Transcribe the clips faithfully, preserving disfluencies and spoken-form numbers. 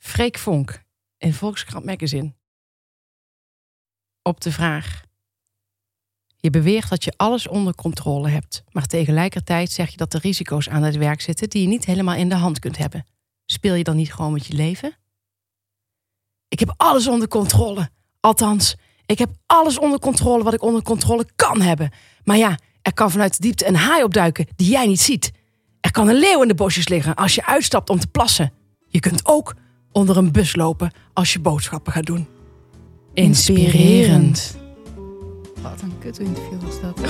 Freek Vonk in Volkskrant Magazine. Op de vraag. Je beweert dat je alles onder controle hebt, maar tegelijkertijd zeg je dat er risico's aan het werk zitten die je niet helemaal in de hand kunt hebben. Speel je dan niet gewoon met je leven? Ik heb alles onder controle. Althans, ik heb alles onder controle wat ik onder controle kan hebben. Maar ja, er kan vanuit de diepte een haai opduiken die jij niet ziet. Er kan een leeuw in de bosjes liggen als je uitstapt om te plassen. Je kunt ook onder een bus lopen als je boodschappen gaat doen. Inspirerend. Wat een kut interview was dat.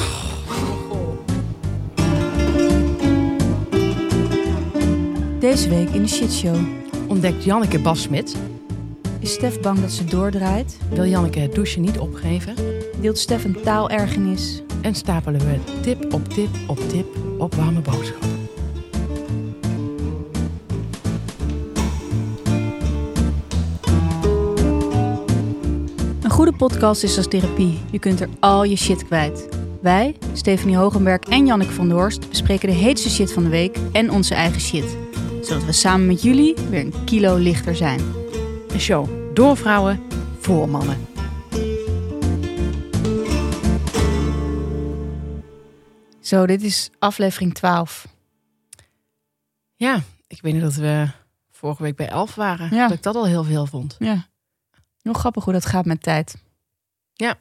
Deze week in de shitshow. Ontdekt Janneke Bas-Smit. Is Stef bang dat ze doordraait? Wil Janneke het douchen niet opgeven? Deelt Stef een taalergernis? En stapelen we tip op tip op tip op warme boodschappen. Een goede podcast is als therapie. Je kunt er al je shit kwijt. Wij, Stefanie Hogenberg en Janneke van der Horst, bespreken de heetste shit van de week en onze eigen shit. Zodat we samen met jullie weer een kilo lichter zijn. Een show door vrouwen voor mannen. Zo, dit is aflevering twaalf. Ja, ik weet niet dat we vorige week bij elf waren. Ja. Dat ik dat al heel veel vond. Ja. Heel grappig hoe dat gaat met tijd. Ja.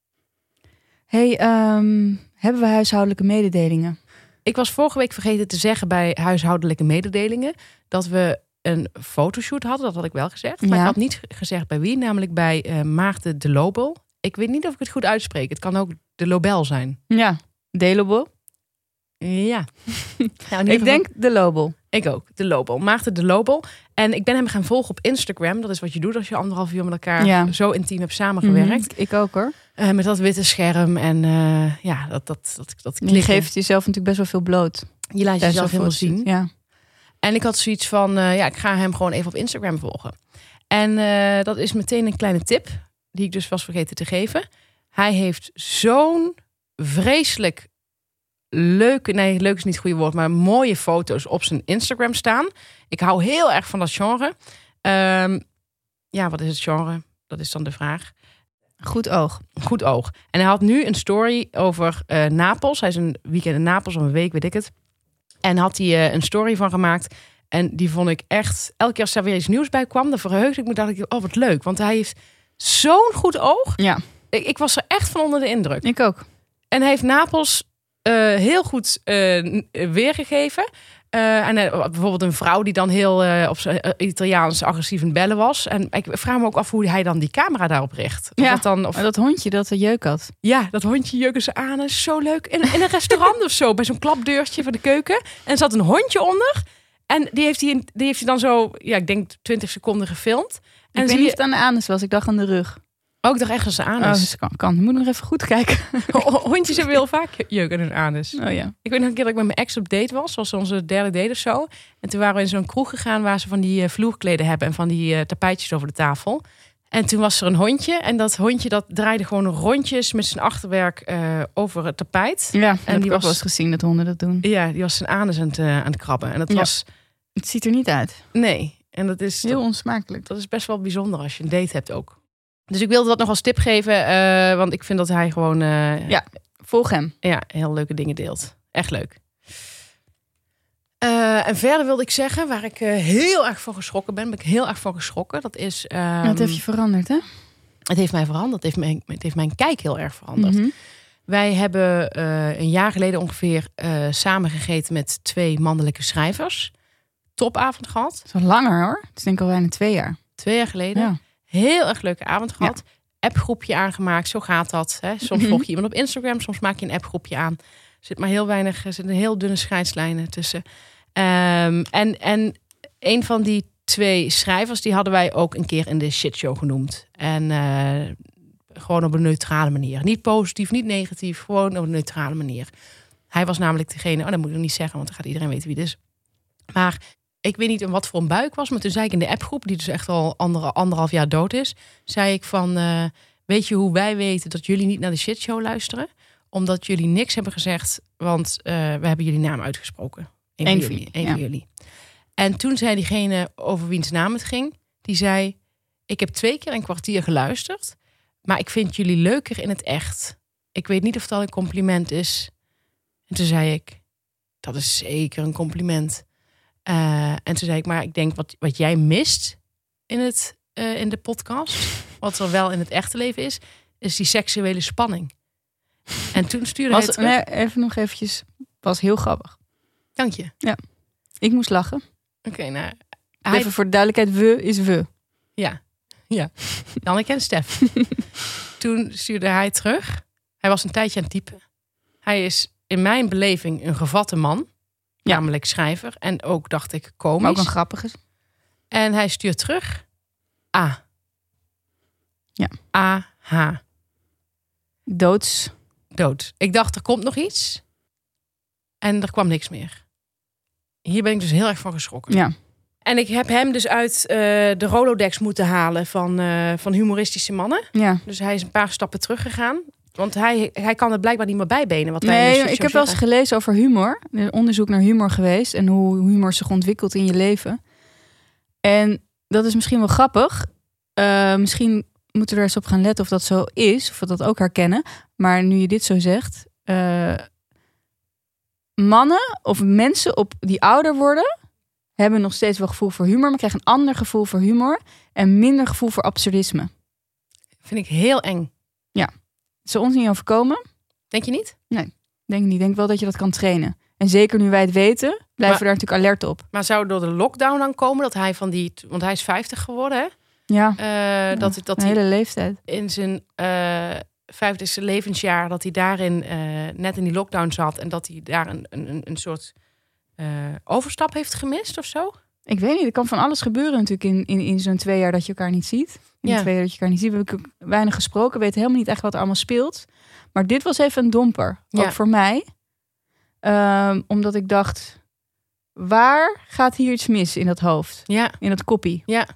Hey, um, hebben we huishoudelijke mededelingen? Ik was vorige week vergeten te zeggen bij huishoudelijke mededelingen dat we een fotoshoot hadden. Dat had ik wel gezegd. Maar Ja. ik had niet gezegd bij wie. Namelijk bij uh, Maarten de Lobel. Ik weet niet of ik het goed uitspreek. Het kan ook de Lobel zijn. Ja, Delobo. Ja. Nou, Ik denk de Lobel. Ik ook, de Lobel. Maarten de Lobel. En ik ben hem gaan volgen op Instagram. Dat is wat je doet als je anderhalf uur met elkaar Ja. zo intiem hebt samengewerkt. Mm-hmm. Ik ook hoor. Uh, met dat witte scherm. En uh, ja, dat, dat, dat, dat Je geeft jezelf natuurlijk best wel veel bloot. Je laat Ja, jezelf zo helemaal foto's. zien. Ja. En ik had zoiets van, uh, ja, ik ga hem gewoon even op Instagram volgen. En uh, dat is meteen een kleine tip, die ik dus was vergeten te geven. Hij heeft zo'n vreselijk leuke, nee, leuk is niet het goede woord, maar mooie foto's op zijn Instagram staan. Ik hou heel erg van dat genre. Um, ja, wat is het genre? Dat is dan de vraag. Goed oog. Goed oog. En hij had nu een story over uh, Napels. Hij is een weekend in Napels, of een week, weet ik het. En had hij uh, een story van gemaakt. En die vond ik echt, elke keer als er weer iets nieuws bij kwam, dan verheugde ik me, dacht ik, oh wat leuk. Want hij heeft zo'n goed oog. Ja. Ik, ik was er echt van onder de indruk. Ik ook. En hij heeft Napels uh, heel goed uh, weergegeven. Uh, en uh, bijvoorbeeld een vrouw die dan heel uh, op zijn uh, Italiaans agressief aan het bellen was. En ik vraag me ook af hoe hij dan die camera daarop richt. Of ja, dat, dan, of... dat hondje dat de jeuk had. Ja, dat hondje jeuken ze aan. Is zo leuk. In, in een restaurant of zo, bij zo'n klapdeurtje van de keuken. En er zat een hondje onder. En die heeft hij, die heeft hij dan zo, ja, ik denk twintig seconden gefilmd. En ik weet niet of het aan de anus was. Ik dacht aan de rug. Ook ik dacht echt aan zijn anus. Oh, dus kan, kan. Je moet nog even goed kijken. Hondjes hebben heel vaak jeuk in hun anus. Oh ja. Ik weet nog een keer dat ik met mijn ex op date was. Was onze derde date of zo. En toen waren we in zo'n kroeg gegaan waar ze van die uh, vloerkleden hebben. En van die uh, tapijtjes over de tafel. En toen was er een hondje. En dat hondje dat draaide gewoon rondjes met zijn achterwerk uh, over het tapijt. Ja, en en die was wel eens gezien dat honden dat doen. Ja, die was zijn anus aan het, uh, aan het krabben. En dat ja. was... Het ziet er niet uit. Nee. En dat is... Heel dat, onsmakelijk. Dat is best wel bijzonder als je een date hebt ook. Dus ik wilde dat nog als tip geven. Uh, want ik vind dat hij gewoon... Uh, ja, volg hem. Ja, heel leuke dingen deelt. Echt leuk. Uh, en verder wilde ik zeggen, waar ik uh, heel erg van geschrokken ben, ben ik heel erg van geschrokken. Dat is. Um, ja, het heeft je veranderd, hè? Het heeft mij veranderd. Het heeft mijn, het heeft mijn kijk heel erg veranderd. Mm-hmm. Wij hebben uh, een jaar geleden ongeveer uh, samen gegeten met twee mannelijke schrijvers. Topavond gehad. Zo langer hoor. Het is denk ik al bijna twee jaar. Twee jaar geleden. Ja. Heel erg leuke avond gehad. Ja. Appgroepje aangemaakt. Zo gaat dat. Hè? Soms Mm-hmm. volg je iemand op Instagram. Soms maak je een appgroepje aan. Er zit maar heel weinig. Er zitten heel dunne scheidslijnen tussen. Um, en, en een van die twee schrijvers, die hadden wij ook een keer in de shitshow genoemd. En uh, gewoon op een neutrale manier. Niet positief, niet negatief. Gewoon op een neutrale manier. Hij was namelijk degene... Oh, dat moet ik nog niet zeggen, want dan gaat iedereen weten wie het is. Maar ik weet niet in wat voor een bui ik was. Maar toen zei ik in de appgroep, die dus echt al andere, anderhalf jaar dood is, zei ik van, uh, weet je hoe wij weten dat jullie niet naar de shitshow luisteren? Omdat jullie niks hebben gezegd, want uh, we hebben jullie naam uitgesproken. Eén van jullie. Één ja. van jullie. En toen zei diegene over wiens naam het ging, Die zei, ik heb twee keer een kwartier geluisterd. Maar ik vind jullie leuker in het echt. Ik weet niet of dat een compliment is. En toen zei ik, dat is zeker een compliment. Uh, en toen zei ik, maar ik denk wat, wat jij mist in, het, uh, in de podcast... wat er wel in het echte leven is... is die seksuele spanning. En toen stuurde was, hij terug. Nee, even nog eventjes. Was heel grappig. Dank je. Ja, ik moest lachen. Oké, okay, nou... Hij... Even voor de duidelijkheid, we is we. Ja, ja. Janneke en Stef. Toen stuurde hij terug. Hij was een tijdje aan het typen. Hij is in mijn beleving een gevatte man. Ja. Namelijk schrijver. En ook, dacht ik, komisch. Maar ook een grappige. En hij stuurt terug. A. Ja. A, H. Doods. Dood. Ik dacht, er komt nog iets. En er kwam niks meer. Hier ben ik dus heel erg van geschrokken. Ja. En ik heb hem dus uit uh, de Rolodex moeten halen van, uh, van humoristische mannen. Ja. Dus hij is een paar stappen teruggegaan. Want hij, hij kan het blijkbaar niet meer bijbenen. Wat wij nee, in de ik heb wel eens gelezen over humor. Er is onderzoek naar humor geweest. En hoe humor zich ontwikkelt in je leven. En dat is misschien wel grappig. Uh, misschien moeten we er eens op gaan letten of dat zo is. Of we dat ook herkennen. Maar nu je dit zo zegt. Uh, mannen of mensen op die ouder worden... hebben nog steeds wel gevoel voor humor... maar krijgen een ander gevoel voor humor... en minder gevoel voor absurdisme. Vind ik heel eng. Ja. Het zal ons niet overkomen. Denk je niet? Nee, denk niet. Ik denk wel dat je dat kan trainen. En zeker nu wij het weten, blijven maar, we daar natuurlijk alert op. Maar zou het door de lockdown dan komen dat hij van die... want hij is vijftig geworden, hè? Ja, uh, ja dat, dat een hele leeftijd. In zijn uh, vijftigste levensjaar... dat hij daarin uh, net in die lockdown zat... en dat hij daar een, een, een soort uh, overstap heeft gemist of zo? Ik weet niet, er kan van alles gebeuren natuurlijk in, in, in zo'n twee jaar dat je elkaar niet ziet. In ja. twee jaar dat je elkaar niet ziet. We hebben weinig gesproken, weten helemaal niet echt wat er allemaal speelt. Maar dit was even een domper, ook ja. voor mij. Um, omdat ik dacht, waar gaat hier iets mis in dat hoofd? Ja. In dat koppie? Ja.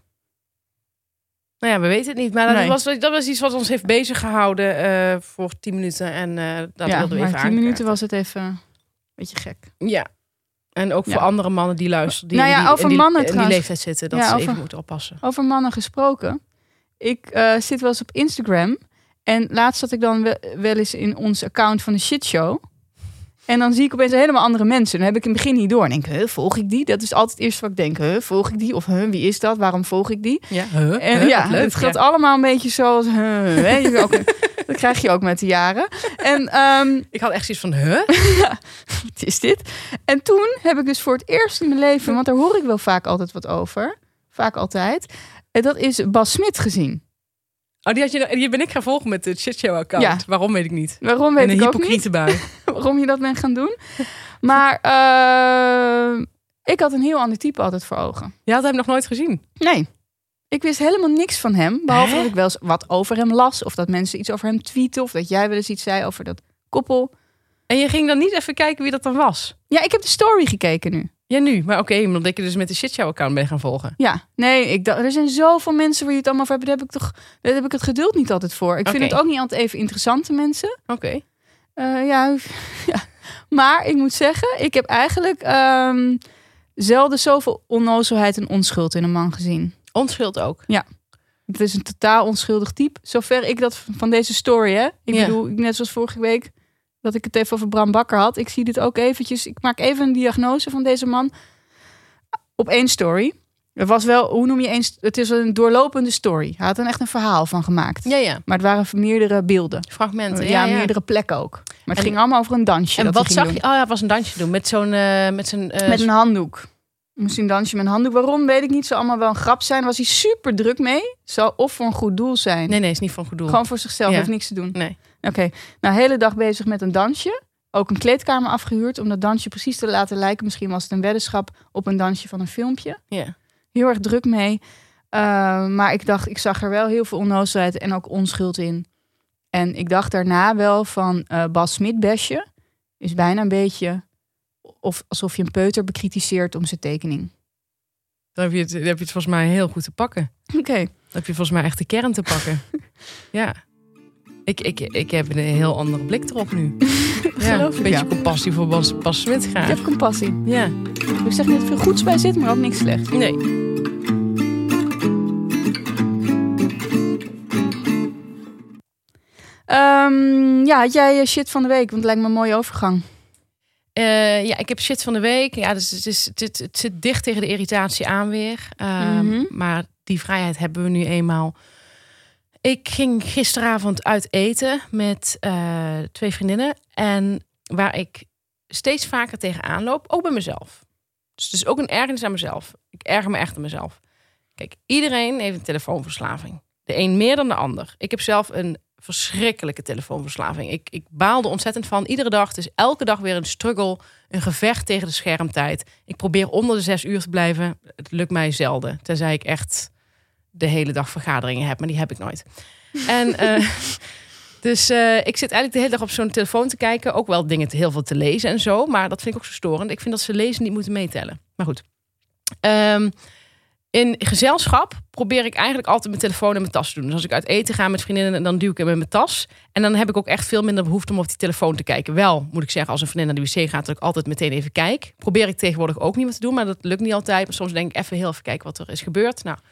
Nou ja, we weten het niet. Maar dat, nee. was, dat was iets wat ons heeft bezig gehouden uh, voor tien minuten. En uh, dat ja, wilden we even maar tien minuten was het even een beetje gek. Ja. En ook voor ja. andere mannen die luisteren. Die, nou ja, die, over die, mannen in die trouwens. leeftijd zitten. Dat ja, ze over, even moeten oppassen. Over mannen gesproken. Ik uh, zit wel eens op Instagram. En laatst zat ik dan wel, wel eens in ons account van de shitshow. En dan zie ik opeens helemaal andere mensen. Dan heb ik in het begin niet door. En denk, huh, volg ik die? Dat is altijd het eerste wat ik denk. Huh, volg ik die? Of huh, wie is dat? Waarom volg ik die? Ja, huh, en huh, ja, leuk, het gaat ja. allemaal een beetje zoals... Huh, hè? Ook, dat krijg je ook met de jaren. En, um, ik had echt zoiets van, huh? ja, wat is dit? En toen heb ik dus voor het eerst in mijn leven... want daar hoor ik wel vaak altijd wat over. Vaak altijd. En dat is Bas Smit gezien. Oh, die, had je, die ben ik gaan volgen met het shitshow-account. Ja. Waarom weet ik niet. Waarom weet en ik een ook niet. hypocriete bui. Waarom je dat bent gaan doen. Maar uh, ik had een heel ander type altijd voor ogen. Je had hem nog nooit gezien? Nee. Ik wist helemaal niks van hem. Behalve Hè? dat ik wel eens wat over hem las. Of dat mensen iets over hem tweeten. Of dat jij wel eens iets zei over dat koppel. En je ging dan niet even kijken wie dat dan was? Ja, ik heb de story gekeken nu. Ja, nu. Maar oké, okay, omdat je dus met de shitshow-account ben gaan volgen. Ja, nee, ik dacht, er zijn zoveel mensen waar je het allemaal over hebt. Daar heb ik toch, daar heb ik het geduld niet altijd voor. Ik okay. vind het ook niet altijd even interessante mensen. Oké. Okay. Uh, ja, ja, maar ik moet zeggen, ik heb eigenlijk um, zelden zoveel onnozelheid en onschuld in een man gezien. Onschuld ook? Ja. Het is een totaal onschuldig type. Zover ik dat van deze story, hè. Ik ja. bedoel, net zoals vorige week... dat ik het even over Bram Bakker had. Ik zie dit ook eventjes. Ik maak even een diagnose van deze man. Op één story. Het was wel, hoe noem je één... Het is een doorlopende story. Hij had er echt een verhaal van gemaakt. Ja, ja. Maar het waren meerdere beelden. Fragmenten, ja. Ja, ja. meerdere plekken ook. Maar het en, ging allemaal over een dansje. En dat wat zag doen. je? Oh ja, het was een dansje doen. Met zo'n... Uh, met zijn, uh, met een handdoek. Misschien een dansje met een handdoek. Waarom, weet ik niet. Zou allemaal wel een grap zijn. Was hij super druk mee. Zou of voor een goed doel zijn. Nee, nee, is niet voor een goed doel. Gewoon voor zichzelf. Ja. Heeft niks te doen. Nee. Oké. Okay. Nou, hele dag bezig met een dansje. Ook een kleedkamer afgehuurd om dat dansje precies te laten lijken. Misschien was het een weddenschap op een dansje van een filmpje. Yeah. Heel erg druk mee. Uh, maar ik dacht, ik zag er wel heel veel onnozelheid en ook onschuld in. En ik dacht daarna wel van uh, Bas Smit besje is bijna een beetje of alsof je een peuter bekritiseert om zijn tekening. Dan heb je het, dan heb je het volgens mij heel goed te pakken. Oké. Okay. Dan heb je volgens mij echt de kern te pakken. Ja. Ik, ik, ik heb een heel andere blik erop nu. Ja, een beetje ja. compassie voor Bas, Bas Smit graag. Ik heb compassie. Ja. Ik zeg niet dat er veel goeds bij zit, maar ook niks slechts. Nee. Um, ja, had jij shit van de week? Want het lijkt me een mooie overgang. Uh, ja, ik heb shit van de week. Ja, dus het, is, het, het zit dicht tegen de irritatie aan weer. Um, mm-hmm. Maar die vrijheid hebben we nu eenmaal. Ik ging gisteravond uit eten met uh, twee vriendinnen. En waar ik steeds vaker tegenaan loop, ook bij mezelf. Dus het is ook een ergernis aan mezelf. Ik erger me echt aan mezelf. Kijk, iedereen heeft een telefoonverslaving. De een meer dan de ander. Ik heb zelf een verschrikkelijke telefoonverslaving. Ik, ik baalde ontzettend van. Iedere dag, het is elke dag weer een struggle. Een gevecht tegen de schermtijd. Ik probeer onder de zes uur te blijven. Het lukt mij zelden. Tenzij ik echt de hele dag vergaderingen heb. Maar die heb ik nooit. En uh, dus uh, ik zit eigenlijk de hele dag op zo'n telefoon te kijken. Ook wel dingen te, heel veel te lezen en zo. Maar dat vind ik ook zo storend. Ik vind dat ze lezen niet moeten meetellen. Maar goed. Um, In gezelschap probeer ik eigenlijk altijd mijn telefoon in mijn tas te doen. Dus als ik uit eten ga met vriendinnen, dan duw ik hem in mijn tas. En dan heb ik ook echt veel minder behoefte om op die telefoon te kijken. Wel, moet ik zeggen, als een vriendin naar de wc gaat, dat ik altijd meteen even kijk. Probeer ik tegenwoordig ook niet meer te doen, maar dat lukt niet altijd. Maar soms denk ik even heel even kijken wat er is gebeurd. Nou,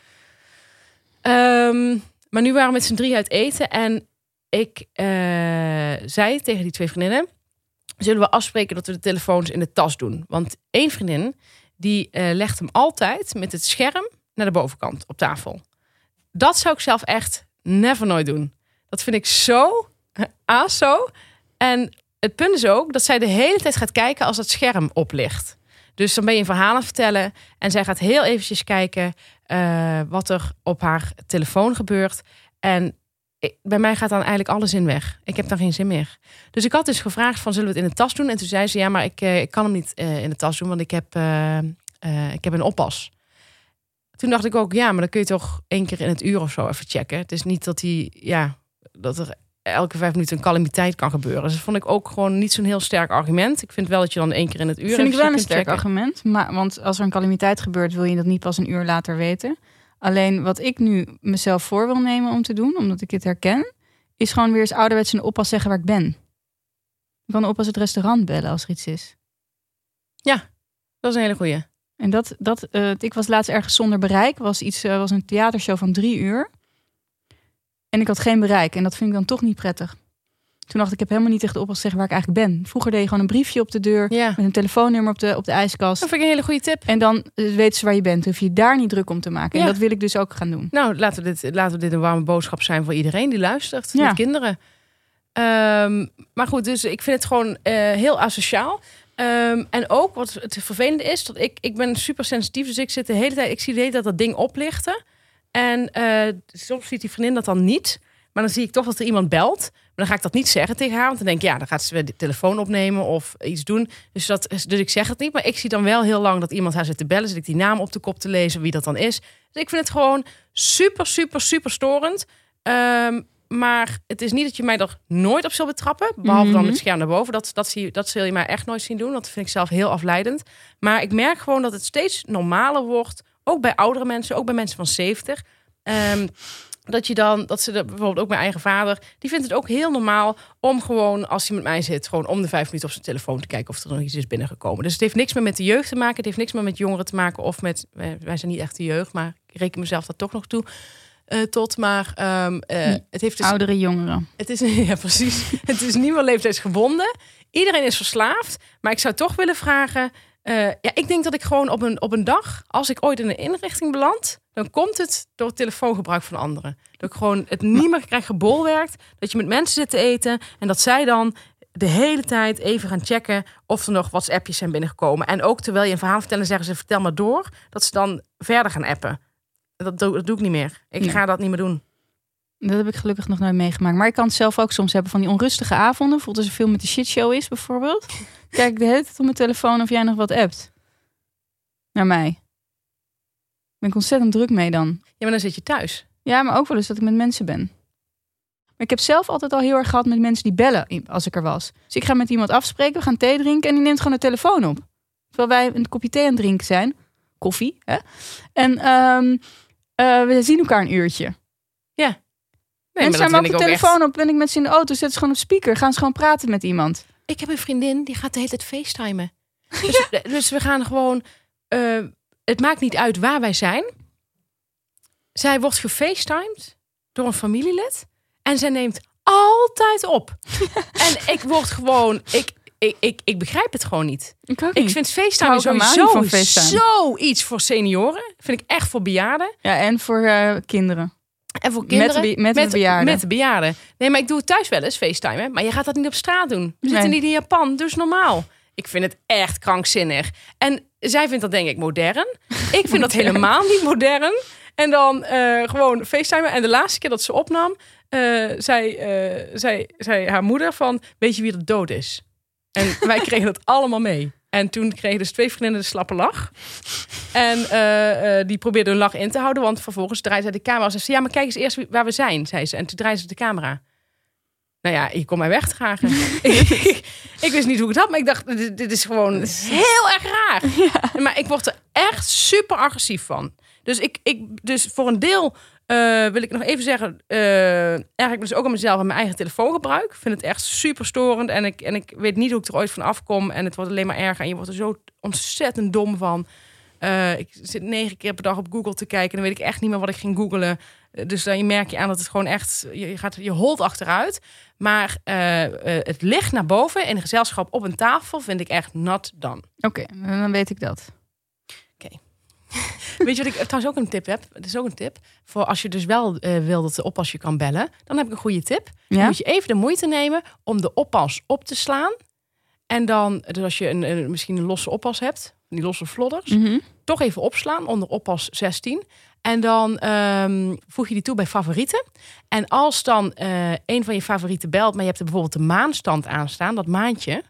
um, maar nu waren we met z'n drie uit eten. En ik uh, zei tegen die twee vriendinnen, zullen we afspreken dat we de telefoons in de tas doen? Want één vriendin, die uh, legt hem altijd met het scherm naar de bovenkant op tafel. Dat zou ik zelf echt never nooit doen. Dat vind ik zo aso. En het punt is ook dat zij de hele tijd gaat kijken als het scherm oplicht. Dus dan ben je een verhaal aan het vertellen en zij gaat heel eventjes kijken uh, wat er op haar telefoon gebeurt. En ik, bij mij gaat dan eigenlijk alle zin weg. Ik heb dan geen zin meer. Dus ik had dus gevraagd van, zullen we het in de tas doen? En toen zei ze, ja, maar ik, uh, ik kan hem niet uh, in de tas doen, want ik heb, uh, uh, ik heb een oppas. Toen dacht ik ook, ja, maar dan kun je toch één keer in het uur of zo even checken. Het is niet dat hij, ja, dat er elke vijf minuten een calamiteit kan gebeuren. Dus dat vond ik ook gewoon niet zo'n heel sterk argument. Ik vind wel dat je dan één keer in het uur... Vind ik wel een sterk checken. argument. Maar, want als er een calamiteit gebeurt, wil je dat niet pas een uur later weten. Alleen wat ik nu mezelf voor wil nemen om te doen, omdat ik het herken, is gewoon weer eens ouderwets een oppas zeggen waar ik ben. Ik kan de oppas het restaurant bellen als er iets is. Ja, dat is een hele goeie. En dat, dat uh, ik was laatst ergens zonder bereik. Was iets, uh, was een theatershow van drie uur. En ik had geen bereik. En dat vind ik dan toch niet prettig. Toen dacht ik, ik heb helemaal niet tegen de oppas zeggen waar ik eigenlijk ben. Vroeger deed je gewoon een briefje op de deur. Ja. Met een telefoonnummer op de, op de ijskast. Dat vind ik een hele goede tip. En dan uh, weten ze waar je bent. Dan hoef je daar niet druk om te maken. Ja. En dat wil ik dus ook gaan doen. Nou, laten we dit, laten we dit een warme boodschap zijn voor iedereen die luistert. Ja. Met kinderen. Um, maar goed, dus ik vind het gewoon uh, heel asociaal. Um, en ook, wat het vervelende is, dat ik, ik ben super sensitief. Dus ik zit de hele tijd, ik zie de hele tijd dat ding oplichten. En uh, soms ziet die vriendin dat dan niet. Maar dan zie ik toch dat er iemand belt. Maar dan ga ik dat niet zeggen tegen haar. Want dan denk ik, ja, dan gaat ze weer de telefoon opnemen of iets doen. Dus, dat, dus ik zeg het niet. Maar ik zie dan wel heel lang dat iemand haar zit te bellen. Zit ik die naam op de kop te lezen, wie dat dan is. Dus ik vind het gewoon super, super, super storend. Um, Maar het is niet dat je mij er nooit op zal betrappen. Behalve mm-hmm. dan het scherm naar boven. Dat, dat, zie, dat zul je mij echt nooit zien doen. Dat vind ik zelf heel afleidend. Maar ik merk gewoon dat het steeds normaler wordt. Ook bij oudere mensen. Ook bij mensen van zeventig. Um, dat je dan, dat ze de, bijvoorbeeld ook mijn eigen vader. Die vindt het ook heel normaal om gewoon, als hij met mij zit, gewoon om de vijf minuten op zijn telefoon te kijken of er nog iets is binnengekomen. Dus het heeft niks meer met de jeugd te maken. Het heeft niks meer met jongeren te maken. Of met, wij zijn niet echt de jeugd, maar ik reken mezelf dat toch nog toe. Uh, tot, maar um, uh, het heeft dus... Oudere jongeren. Het is, ja, precies. Het is niet meer leeftijdsgebonden. Iedereen is verslaafd. Maar ik zou toch willen vragen... Uh, ja, ik denk dat ik gewoon op een, op een dag... als ik ooit in een inrichting beland... dan komt het door het telefoongebruik van anderen. Dat ik gewoon het niet meer krijg gebolwerkt. Dat je met mensen zit te eten... en dat zij dan de hele tijd even gaan checken... of er nog WhatsAppjes zijn binnengekomen. En ook terwijl je een verhaal vertelt... en zeggen ze, vertel maar door... dat ze dan verder gaan appen. Dat doe, dat doe ik niet meer. Ik nee. ga dat niet meer doen. Dat heb ik gelukkig nog nooit meegemaakt. Maar ik kan het zelf ook soms hebben van die onrustige avonden. Bijvoorbeeld als er veel met de shitshow is bijvoorbeeld. Kijk ik de hele tijd op mijn telefoon of jij nog wat appt. Naar mij. Ben ik ontzettend druk mee dan. Ja, maar dan zit je thuis. Ja, maar ook wel eens dat ik met mensen ben. Maar ik heb zelf altijd al heel erg gehad met mensen die bellen als ik er was. Dus ik ga met iemand afspreken, we gaan thee drinken en die neemt gewoon de telefoon op. Terwijl wij een kopje thee aan het drinken zijn. Koffie, hè. En... Um, Uh, we zien elkaar een uurtje. Ja. Nee, mensen zijn maar op de telefoon echt... op. Ben ik met ze in de auto, zetten ze gewoon op speaker. Gaan ze gewoon praten met iemand. Ik heb een vriendin, die gaat de hele tijd facetimen. Dus, ja. dus we gaan gewoon... Uh, het maakt niet uit waar wij zijn. Zij wordt gefacetimed door een familielid. En zij neemt altijd op. En ik word gewoon... Ik, ik, ik, ik begrijp het gewoon niet. Ik, ook ik niet. vind FaceTime sowieso zoiets voor senioren. Vind ik echt voor bejaarden. Ja, en voor uh, kinderen. En voor kinderen. Met de, be- met, met de bejaarden. Met de bejaarden. Nee, maar ik doe het thuis wel eens, FaceTime. Hè? Maar je gaat dat niet op straat doen. We nee. zitten niet in Japan, dus normaal. Ik vind het echt krankzinnig. En zij vindt dat denk ik modern. Ik vind dat helemaal niet modern. En dan uh, gewoon FaceTime. En de laatste keer dat ze opnam, uh, zei, uh, zei, zei haar moeder van... Weet je wie er dood is? En wij kregen dat allemaal mee. En toen kregen dus twee vriendinnen de slappe lach. En uh, uh, die probeerden hun lach in te houden. Want vervolgens draaide zij de camera. Ze zei, ja, maar kijk eens eerst waar we zijn, zei ze. En toen draaide ze de camera. Nou ja, je kon mij wegdragen. ik, ik wist niet hoe ik het had, maar ik dacht, dit, dit is gewoon heel erg raar. Ja. Maar ik word er echt super agressief van. Dus, ik, ik, dus voor een deel uh, wil ik nog even zeggen... Uh, erg ik dus ook aan mezelf en mijn eigen telefoongebruik. Ik vind het echt super storend. En ik, en ik weet niet hoe ik er ooit van afkom. En het wordt alleen maar erger. En je wordt er zo ontzettend dom van. Uh, ik zit negen keer per dag op Google te kijken. En dan weet ik echt niet meer wat ik ging googlen. Uh, dus dan merk je aan dat het gewoon echt... Je, gaat, je holt achteruit. Maar uh, uh, het licht naar boven in een gezelschap op een tafel... vind ik echt not done. Oké, okay, dan weet ik dat. Oké. Okay. Weet je wat ik trouwens ook een tip heb? Het is ook een tip. Voor als je dus wel uh, wil dat de oppas je kan bellen. Dan heb ik een goede tip. Ja? Dan moet je even de moeite nemen om de oppas op te slaan. En dan, dus als je een, een, misschien een losse oppas hebt... die losse vlodders, mm-hmm. toch even opslaan onder oppas zestien. En dan um, voeg je die toe bij favorieten. En als dan uh, een van je favorieten belt... maar je hebt er bijvoorbeeld de maanstand aanstaan, dat maandje...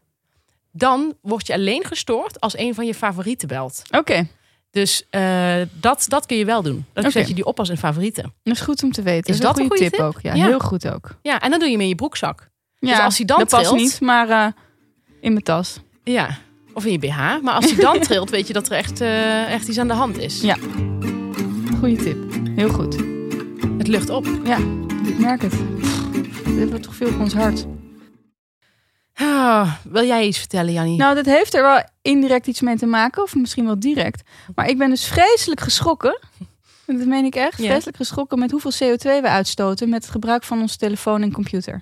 dan word je alleen gestoord als een van je favorieten belt. Oké. Okay. Dus uh, dat, dat kun je wel doen. Dan okay. zet je die op als een favorieten. Dat is goed om te weten. Is dat, dat een goede tip, tip ook? Ja, ja, heel goed ook. Ja, en dan doe je hem in je broekzak. Ja, dus als hij dan dat trilt, past niet, maar uh, in mijn tas. Ja, of in je B H. Maar als hij dan trilt, weet je dat er echt, uh, echt iets aan de hand is. Ja, goeie tip. Heel goed. Het lucht op. Ja, ik merk het. We hebben toch veel op ons hart. Oh, wil jij iets vertellen, Jannie? Nou, dat heeft er wel indirect iets mee te maken. Of misschien wel direct. Maar ik ben dus vreselijk geschrokken. Dat meen ik echt. Ja. Vreselijk geschrokken met hoeveel C O twee we uitstoten... met het gebruik van onze telefoon en computer.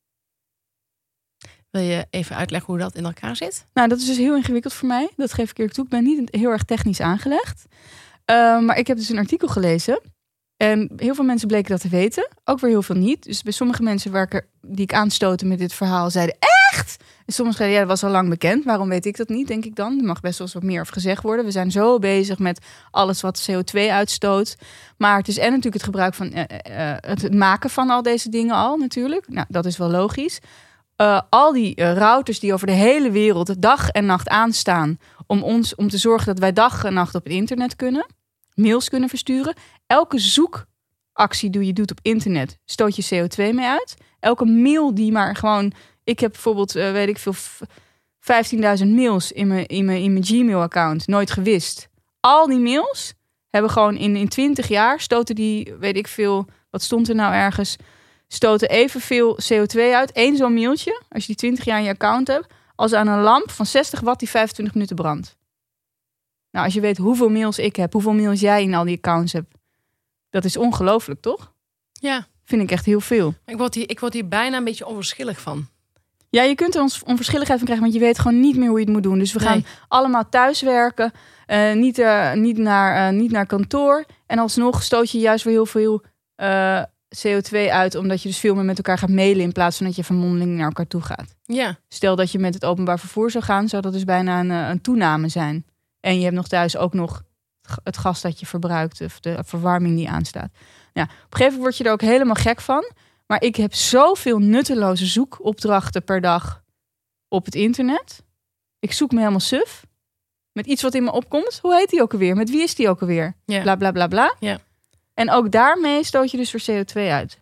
Wil je even uitleggen hoe dat in elkaar zit? Nou, dat is dus heel ingewikkeld voor mij. Dat geef ik eerlijk toe. Ik ben niet heel erg technisch aangelegd. Uh, maar ik heb dus een artikel gelezen. En heel veel mensen bleken dat te weten. Ook weer heel veel niet. Dus bij sommige mensen waar ik er, die ik aanstootte met dit verhaal zeiden... Echt? En sommigen zeiden, ja, dat was al lang bekend. Waarom weet ik dat niet, denk ik dan? Er mag best wel eens wat meer over gezegd worden. We zijn zo bezig met alles wat C O twee uitstoot. Maar het is en natuurlijk het gebruik van... Uh, uh, het maken van al deze dingen al natuurlijk. Nou, dat is wel logisch. Uh, al die uh, routers die over de hele wereld dag en nacht aanstaan... om ons om te zorgen dat wij dag en nacht op het internet kunnen... mails kunnen versturen. Elke zoekactie die je doet op internet... stoot je C O twee mee uit. Elke mail die maar gewoon... Ik heb bijvoorbeeld, uh, weet ik veel... vijftienduizend mails in mijn, in mijn, in mijn Gmail-account. Nooit gewist. Al die mails hebben gewoon in, in twintig jaar... stoten die, weet ik veel... Wat stond er nou ergens... stoten evenveel C O twee uit. Eén zo'n mailtje, als je die twintig jaar in je account hebt... als aan een lamp van zestig watt die vijfentwintig minuten brandt. Nou, als je weet hoeveel mails ik heb... hoeveel mails jij in al die accounts hebt... dat is ongelooflijk, toch? Ja. Vind ik echt heel veel. Ik word hier, ik word hier bijna een beetje onverschillig van. Ja, je kunt er ons onverschilligheid van krijgen... want je weet gewoon niet meer hoe je het moet doen. Dus we gaan nee. allemaal thuiswerken. Uh, niet, uh, niet, naar, uh, niet naar kantoor. En alsnog stoot je juist weer heel veel... Uh, C O twee uit, omdat je dus veel meer met elkaar gaat mailen... in plaats van dat je van mondeling naar elkaar toe gaat. Ja. Stel dat je met het openbaar vervoer zou gaan... zou dat dus bijna een, een toename zijn. En je hebt nog thuis ook nog het gas dat je verbruikt... of de verwarming die aanstaat. Ja, op een gegeven moment word je er ook helemaal gek van. Maar ik heb zoveel nutteloze zoekopdrachten per dag op het internet. Ik zoek me helemaal suf. Met iets wat in me opkomt. Hoe heet die ook alweer? Met wie is die ook alweer? Ja. Bla, bla, bla, bla. Ja. En ook daarmee stoot je dus voor C O twee uit.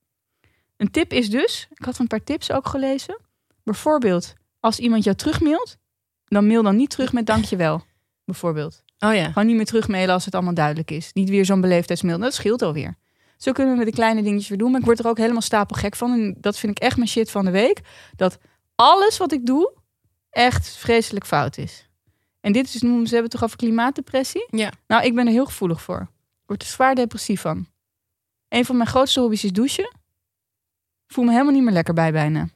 Een tip is dus... Ik had een paar tips ook gelezen. Bijvoorbeeld, als iemand jou terugmailt... dan mail dan niet terug met dankjewel. Bijvoorbeeld. Oh ja. Gewoon niet meer terugmailen als het allemaal duidelijk is. Niet weer zo'n beleefdheidsmail. Dat scheelt alweer. Zo kunnen we met de kleine dingetjes weer doen. Maar ik word er ook helemaal stapelgek van. En dat vind ik echt mijn shit van de week. Dat alles wat ik doe echt vreselijk fout is. En dit is, ze hebben het toch over klimaatdepressie? Ja. Nou, ik ben er heel gevoelig voor. Ik word er zwaar depressief van. Een van mijn grootste hobby's is douchen. voel me helemaal niet meer lekker bij bijna.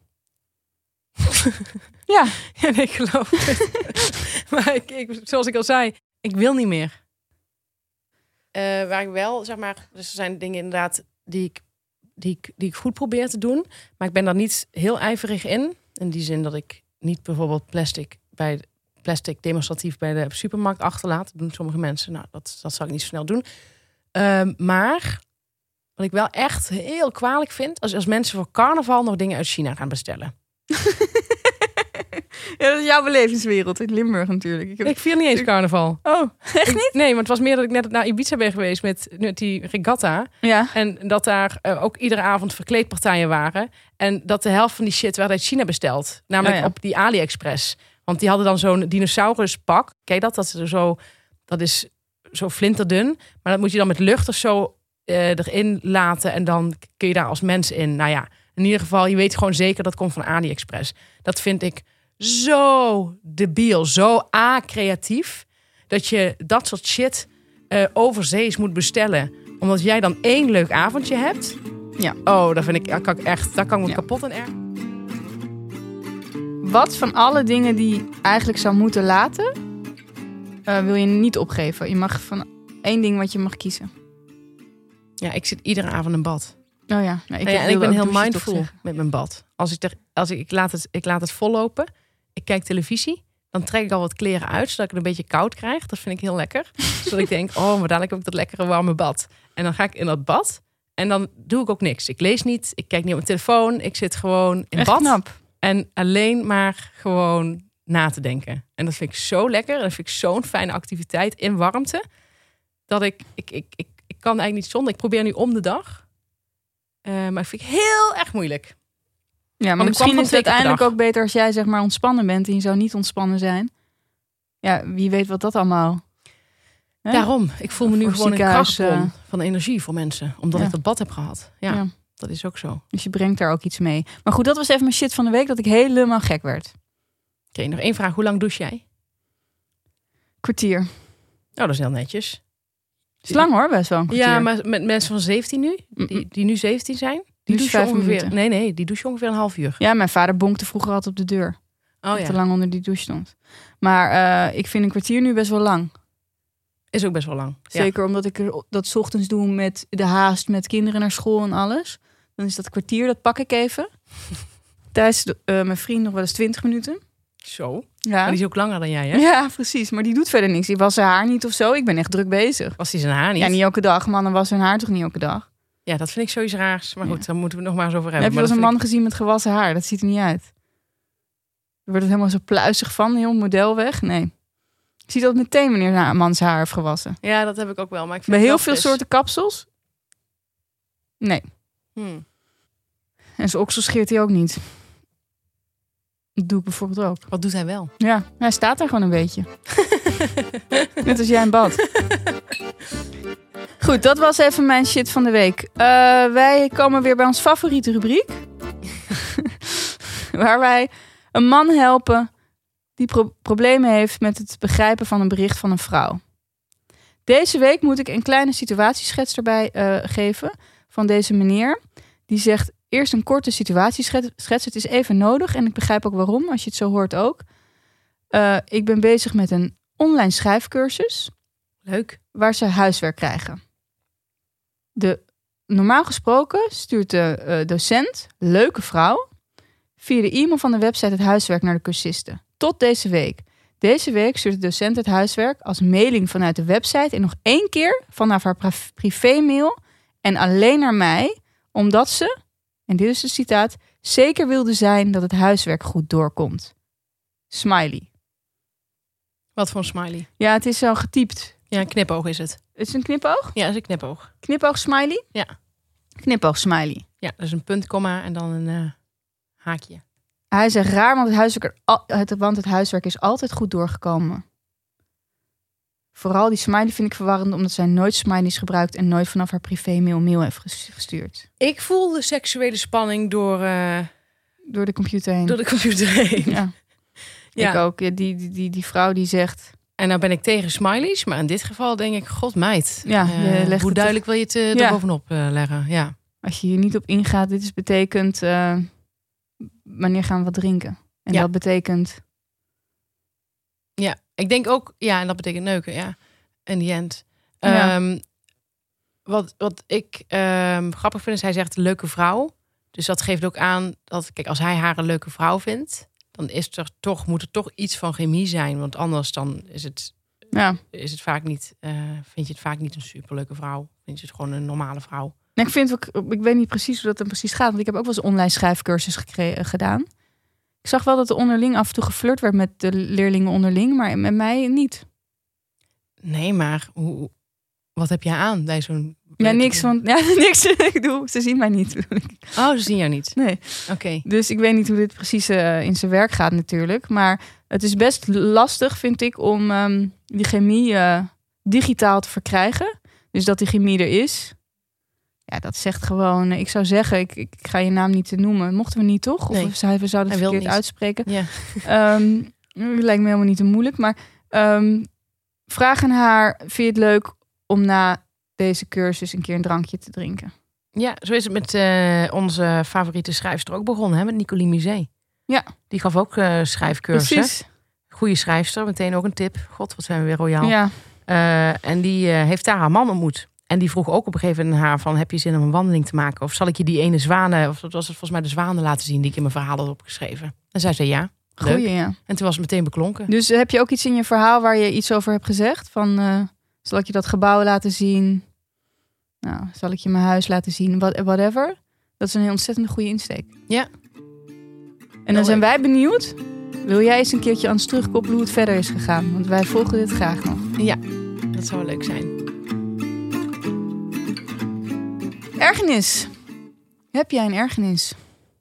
ja. Ja, nee, ik geloof het. Maar ik, ik, zoals ik al zei, ik wil niet meer. Uh, waar ik wel, zeg maar... Dus er zijn dingen inderdaad die ik, die, ik, die ik goed probeer te doen. Maar ik ben daar niet heel ijverig in. In die zin dat ik niet bijvoorbeeld plastic... bij de, plastic demonstratief bij de supermarkt achterlaat. Dat doen sommige mensen. Nou, dat, dat zal ik niet zo snel doen. Uh, maar wat ik wel echt heel kwalijk vind... Als, als mensen voor carnaval nog dingen uit China gaan bestellen. Ja, dat is jouw belevingswereld. In Limburg natuurlijk. Ik, heb... ik vier niet eens carnaval. Oh, echt niet? Ik, nee, maar het was meer dat ik net naar Ibiza ben geweest met, met die regatta. Ja. En dat daar uh, ook iedere avond verkleedpartijen waren. En dat de helft van die shit werd uit China besteld. Namelijk oh ja. op die AliExpress. Want die hadden dan zo'n dinosauruspak. Kijk dat? Dat is zo, dat is zo flinterdun. Maar dat moet je dan met lucht of zo uh, erin laten. En dan kun je daar als mens in. Nou ja, in ieder geval, je weet gewoon zeker dat komt van AliExpress. Dat vind ik zo debiel, zo a-creatief. Dat je dat soort shit uh, overzees moet bestellen. Omdat jij dan één leuk avondje hebt. Ja. Oh, dat vind ik, dat kan ik echt, dat kan ik me ja. kapot en erg. Wat van alle dingen die eigenlijk zou moeten laten, uh, wil je niet opgeven? Je mag van één ding wat je mag kiezen. Ja, ik zit iedere avond in bad. Oh ja, nou, ik, ja, en ik ben heel mindful met mijn bad. Als ik, er, als ik, ik, laat het, ik laat het vollopen, ik kijk televisie, dan trek ik al wat kleren uit, zodat ik het een beetje koud krijg. Dat vind ik heel lekker. Zodat ik denk, oh, maar dadelijk heb ik dat lekkere warme bad. En dan ga ik in dat bad en dan doe ik ook niks. Ik lees niet, ik kijk niet op mijn telefoon, ik zit gewoon in Echt bad. Knap. En alleen maar gewoon na te denken. En dat vind ik zo lekker. En dat vind ik zo'n fijne activiteit in warmte. Dat ik, ik, ik, ik, ik kan eigenlijk niet zonder. Ik probeer nu om de dag. Uh, maar dat vind ik heel erg moeilijk. Ja, maar misschien is het uiteindelijk ook beter als jij zeg maar ontspannen bent. En je zou niet ontspannen zijn. Ja, wie weet wat dat allemaal... Hè? Daarom. Ik voel me nu voor gewoon ziekenhuis, een krachtbron uh... van energie voor mensen. Omdat ja. ik dat bad heb gehad. Ja, ja, dat is ook zo. Dus je brengt daar ook iets mee. Maar goed, dat was even mijn shit van de week. Dat ik helemaal gek werd. Oké, okay, nog één vraag. Hoe lang douche jij? Kwartier. Oh, dat is heel netjes. Het is lang hoor, best wel een kwartier. Ja, maar met mensen van zeventien nu, die, die nu zeventien zijn, die dus douchen ongeveer. Minuten. Nee, nee, die douchen ongeveer een half uur. Ja, mijn vader bonkte vroeger altijd op de deur. Oh, dat ja. te lang onder die douche stond. Maar uh, ik vind een kwartier nu best wel lang. Is ook best wel lang. Zeker ja. omdat ik dat 's ochtends doe met de haast, met kinderen naar school en alles. Dan is dat kwartier, dat pak ik even. Thuis uh, mijn vriend nog wel eens twintig minuten. Zo. Ja. Maar die is ook langer dan jij, hè? Ja, precies. Maar die doet verder niks. Die was zijn haar niet of zo. Ik ben echt druk bezig. Was die zijn haar niet? Ja, niet elke dag. Mannen was zijn haar toch niet elke dag? Ja, dat vind ik sowieso raars. Maar goed, ja. daar moeten we het nog maar eens over hebben. Heb je wel eens een man ik... gezien met gewassen haar? Dat ziet er niet uit. Er wordt het helemaal zo pluizig van. Heel model weg. Nee. Je ziet dat meteen wanneer een man zijn haar heeft gewassen. Ja, dat heb ik ook wel. Maar ik vind bij heel het veel fris. soorten kapsels? Nee. Hmm. En zijn oksel scheert hij ook niet. Dat doe ik bijvoorbeeld ook. Wat doet hij wel? Ja, hij staat daar gewoon een beetje. Net als jij in bad. Goed, dat was even mijn shit van de week. Uh, wij komen weer bij ons favoriete rubriek. Waar wij een man helpen die pro- problemen heeft met het begrijpen van een bericht van een vrouw. Deze week moet ik een kleine situatieschets erbij uh, geven van deze meneer. Die zegt eerst een korte situatieschets. Het is even nodig en ik begrijp ook waarom, als je het zo hoort ook. Uh, ik ben bezig met een online schrijfcursus. Leuk. Waar ze huiswerk krijgen. De, normaal gesproken stuurt de uh, docent, leuke vrouw, via de e-mail van de website het huiswerk naar de cursisten. Tot deze week. Deze week stuurt de docent het huiswerk als mailing vanuit de website en nog één keer vanaf haar privé-mail en alleen naar mij, omdat ze, en dit is de citaat, zeker wilde zijn dat het huiswerk goed doorkomt. Smiley. Wat voor een smiley? Ja, het is zo getypt. Ja, een knipoog is het. Is het een knipoog? Ja, dat is een knipoog. Knipoog smiley? Ja. Knipoog smiley. Ja, dus een punt, komma en dan een uh, haakje. Hij zegt raar, want het, huiswerk, het, want het huiswerk is altijd goed doorgekomen. Vooral die smiley vind ik verwarrend, omdat zij nooit smileys gebruikt en nooit vanaf haar privé-mail mail heeft gestuurd. Ik voel de seksuele spanning door... Uh, door de computer heen. Door de computer heen. Ja. Ja. Ik ook. Ja, die, die, die, die vrouw die zegt... En nou ben ik tegen smileys, maar in dit geval denk ik, god meid. Ja, uh, hoe duidelijk het... wil je het uh, ja. er bovenop uh, leggen? Ja. Als je hier niet op ingaat, dit is betekent... Uh, wanneer gaan we wat drinken? En ja. dat betekent... Ja, ik denk ook... Ja, en dat betekent neuken, ja. In the end. Ja. Um, wat, wat ik um, grappig vind, is hij zegt leuke vrouw. Dus dat geeft ook aan dat... Kijk, als hij haar een leuke vrouw vindt... dan is er toch, moet er toch iets van chemie zijn. Want anders dan is het... Ja. Is het vaak niet... Uh, vind je het vaak niet een superleuke vrouw. Vind je het gewoon een normale vrouw. Nee, ik vind ook... Ik weet niet precies hoe dat dan precies gaat. Want ik heb ook wel eens online schrijfcursus gekre- gedaan. Ik zag wel dat er onderling af en toe geflirt werd met de leerlingen onderling. Maar met mij niet. Nee, maar hoe, wat heb jij aan bij zo'n... Ja, niks. Want, ja, niks. Ik doe, ze zien mij niet. Oh, ze zien jou niet? Nee. Oké. Okay. Dus ik weet niet hoe dit precies uh, in zijn werk gaat natuurlijk. Maar het is best lastig, vind ik, om um, die chemie uh, digitaal te verkrijgen. Dus dat die chemie er is. Ja, dat zegt gewoon... Ik zou zeggen, ik, ik ga je naam niet te noemen. Mochten we niet, toch? Of nee. we zouden het verkeerd niet uitspreken. Ja. Um, lijkt me helemaal niet te moeilijk. Maar um, vraag aan haar, vind je het leuk om na deze cursus een keer een drankje te drinken? Ja, zo is het met uh, onze favoriete schrijfster ook begonnen, hè? Met Nicolie Musée. Ja. Die gaf ook uh, schrijfcursussen. Precies. Goeie schrijfster, meteen ook een tip. God, wat zijn we weer royaal. Ja. Uh, en die uh, heeft daar haar man ontmoet. En die vroeg ook op een gegeven moment aan haar van... heb je zin om een wandeling te maken? Of zal ik je die ene zwanen... of dat was het volgens mij de zwanen laten zien... die ik in mijn verhaal had opgeschreven. En zij zei ja. Leuk. Goeie, ja. En toen was het meteen beklonken. Dus heb je ook iets in je verhaal waar je iets over hebt gezegd? Van, uh, zal ik je dat gebouw laten zien? Nou, zal ik je mijn huis laten zien? Whatever. Dat is een heel ontzettend goede insteek. Ja. En dan zijn wij benieuwd. Wil jij eens een keertje aan ons terugkoppelen hoe het verder is gegaan? Want wij volgen dit graag nog. Ja, dat zou leuk zijn. Ergernis. Heb jij een ergernis?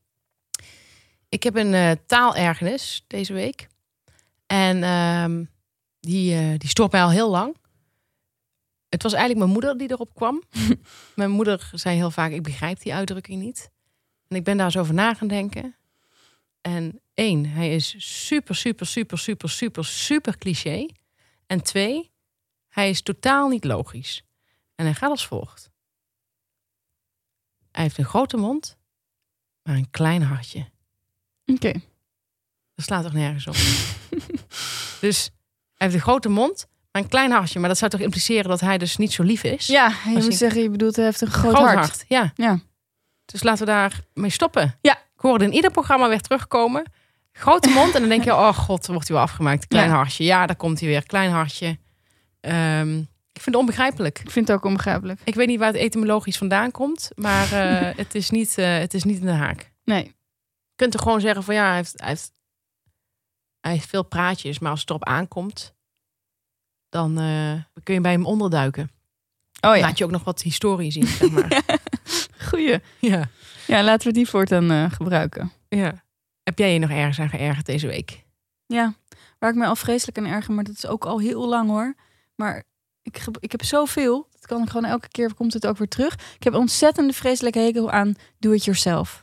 Ik heb een uh, taalergernis deze week. En uh, die, uh, die stoort mij al heel lang. Het was eigenlijk mijn moeder die erop kwam. Mijn moeder zei heel vaak, ik begrijp die uitdrukking niet. En ik ben daar eens over na gaan denken. En één, hij is super, super, super, super, super, super cliché. En twee, hij is totaal niet logisch. En hij gaat als volgt. Hij heeft een grote mond, maar een klein hartje. Oké. Okay. Dat slaat toch nergens op. Dus hij heeft een grote mond, maar een klein hartje. Maar dat zou toch impliceren dat hij dus niet zo lief is? Ja, je moet hij... zeggen, je bedoelt hij heeft een groot, groot hart. hart. Ja. ja. Dus laten we daar mee stoppen. Ja. Ik hoorde in ieder programma weer terugkomen. Grote mond en dan denk je, oh god, wordt hij wel afgemaakt. Klein ja. hartje. Ja, daar komt hij weer. Klein hartje. Um, ik vind het onbegrijpelijk. Ik vind het ook onbegrijpelijk. Ik weet niet waar het etymologisch vandaan komt. Maar uh, het, is niet, uh, het is niet in de haak. Nee. Je kunt er gewoon zeggen van ja, hij heeft, hij heeft, hij heeft veel praatjes. Maar als het erop aankomt, dan uh, kun je bij hem onderduiken. Oh ja. Laat je ook nog wat historie zien, zeg maar. Goeie. Ja. Ja, laten we die voortaan uh, gebruiken. Ja. Heb jij je nog ergens aan geërgerd deze week? Ja, waar ik me al vreselijk aan erger, maar dat is ook al heel lang hoor. Maar ik, ik heb zoveel, dat kan ik gewoon elke keer, komt het ook weer terug. Ik heb een ontzettende vreselijke hekel aan do-it-yourself.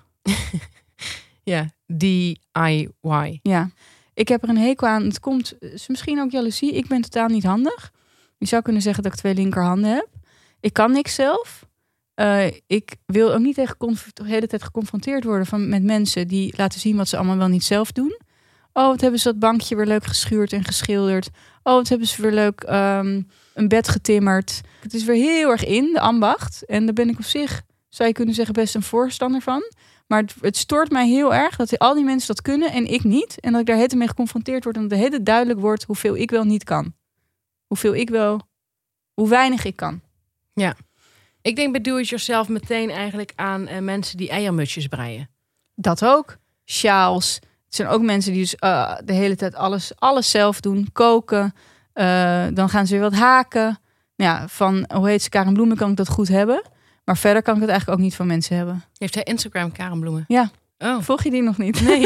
Ja, D I Y. Ja, ik heb er een hekel aan. Het komt, is misschien ook jaloezie. Ik ben totaal niet handig. Je zou kunnen zeggen dat ik twee linkerhanden heb. Ik kan niks zelf. Uh, ik wil ook niet tegen conf- de hele tijd geconfronteerd worden van, met mensen die laten zien wat ze allemaal wel niet zelf doen. Oh, wat hebben ze dat bankje weer leuk geschuurd en geschilderd. Oh, wat hebben ze weer leuk um, een bed getimmerd. Het is weer heel erg in, de ambacht. En daar ben ik op zich, zou je kunnen zeggen, best een voorstander van. Maar het, het stoort mij heel erg dat al die mensen dat kunnen en ik niet. En dat ik daar hele mee geconfronteerd word en dat het hele duidelijk wordt hoeveel ik wel niet kan. Hoeveel ik wel, hoe weinig ik kan. Ja. Ik denk bij do-it-yourself meteen eigenlijk aan uh, mensen die eiermutsjes breien. Dat ook. Sjaals. Het zijn ook mensen die dus uh, de hele tijd alles, alles zelf doen. Koken. Uh, dan gaan ze weer wat haken. Ja, van, hoe heet ze, Karen Bloemen kan ik dat goed hebben. Maar verder kan ik het eigenlijk ook niet van mensen hebben. Heeft hij Instagram, Karen Bloemen? Ja. Oh. Volg je die nog niet? Nee.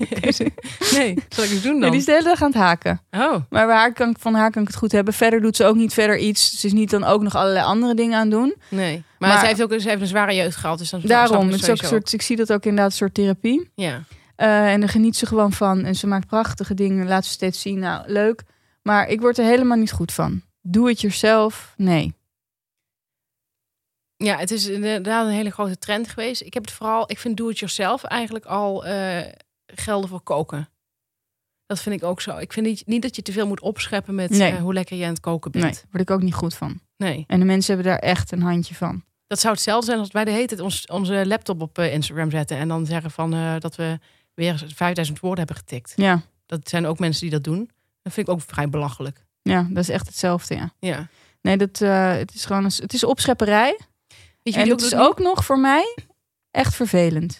Nee, zal ik eens doen dan? Nee, die is de hele dag aan het haken. Oh. Maar bij haar kan, van haar kan ik het goed hebben. Verder doet ze ook niet verder iets. Ze is niet dan ook nog allerlei andere dingen aan doen. Nee. Maar, maar zij heeft ook ze heeft een zware jeugd gehad. Dus dan daarom, het is ook een soort, ik zie dat ook inderdaad een soort therapie. Ja. Uh, en daar geniet ze gewoon van. En ze maakt prachtige dingen. Laat ze steeds zien. Nou, leuk. Maar ik word er helemaal niet goed van. Do it yourself. Nee. Ja, het is inderdaad een hele grote trend geweest. Ik heb het vooral, ik vind do-it-yourself eigenlijk al uh, gelden voor koken. Dat vind ik ook zo. Ik vind niet, niet dat je te veel moet opscheppen met nee. uh, hoe lekker je aan het koken bent. Nee, daar word ik ook niet goed van. Nee. En de mensen hebben daar echt een handje van. Dat zou hetzelfde zijn als wij de hele tijd ons, onze laptop op uh, Instagram zetten en dan zeggen van uh, dat we weer vijfduizend woorden hebben getikt. Ja. Dat zijn ook mensen die dat doen. Dat vind ik ook vrij belachelijk. Ja, dat is echt hetzelfde, ja. Ja. Nee, dat, uh, het is gewoon een, het is opschepperij. Weet je, en het is doen? ook nog voor mij echt vervelend.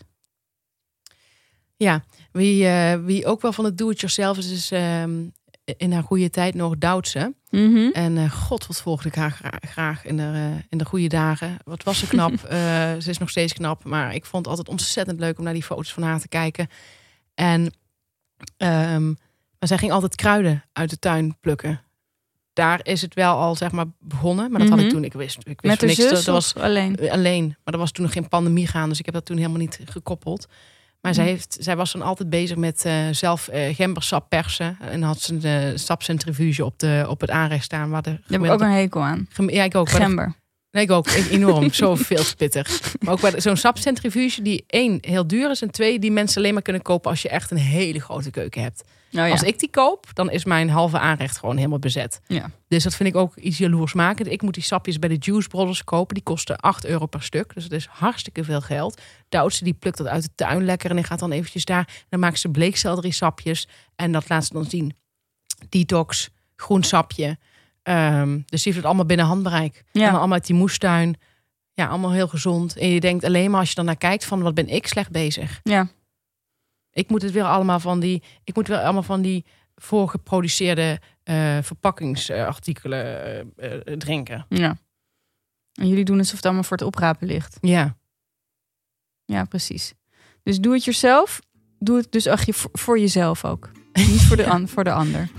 Ja, wie, uh, wie ook wel van het do-it-yourself is, is uh, in haar goede tijd nog Doutse. Mm-hmm. En uh, god, wat volgde ik haar graag, graag in, de, uh, in de goede dagen. Wat was ze knap. uh, ze is nog steeds knap. Maar ik vond het altijd ontzettend leuk om naar die foto's van haar te kijken. En um, maar zij ging altijd kruiden uit de tuin plukken. Daar is het wel al zeg maar begonnen. Maar dat mm-hmm. had ik toen, ik wist, ik wist Met de niks. zus Dat was alleen? Alleen. Maar er was toen nog geen pandemie gaan. Dus ik heb dat toen helemaal niet gekoppeld. Maar mm. zij, heeft, zij was dan altijd bezig met uh, zelf uh, gembersap persen. En had ze een uh, sapcentrifuge op, de, op het aanrecht staan. Waar de Daar heb ik ook een hekel aan. Gem, ja, ik ook. Gember. Nee, ik ook. Enorm. Zo veel te pittig. Maar ook bij zo'n sapcentrifuge die één, heel duur is. En twee, die mensen alleen maar kunnen kopen als je echt een hele grote keuken hebt. Oh ja. Als ik die koop, dan is mijn halve aanrecht gewoon helemaal bezet. Ja. Dus dat vind ik ook iets jaloersmakend. Ik moet die sapjes bij de Juice Brothers kopen. Die kosten acht euro per stuk. Dus dat is hartstikke veel geld. De oudste die plukt dat uit de tuin lekker. En die gaat dan eventjes daar. Dan maken ze bleekselderie sapjes. En dat laat ze dan zien. Detox, groen sapje. Um, dus die heeft het allemaal binnen handbereik. Ja. En dan allemaal uit die moestuin. Ja, allemaal heel gezond. En je denkt alleen maar als je dan naar kijkt van wat ben ik slecht bezig. Ja. Ik moet het weer allemaal van die, ik moet weer allemaal van die voorgeproduceerde uh, verpakkingsartikelen uh, uh, drinken. Ja. En jullie doen alsof het allemaal voor het oprapen ligt. Ja. Ja, precies. Dus doe het jezelf. Doe het dus ach, je, voor, voor jezelf ook. Niet voor de, ja. an, voor de ander.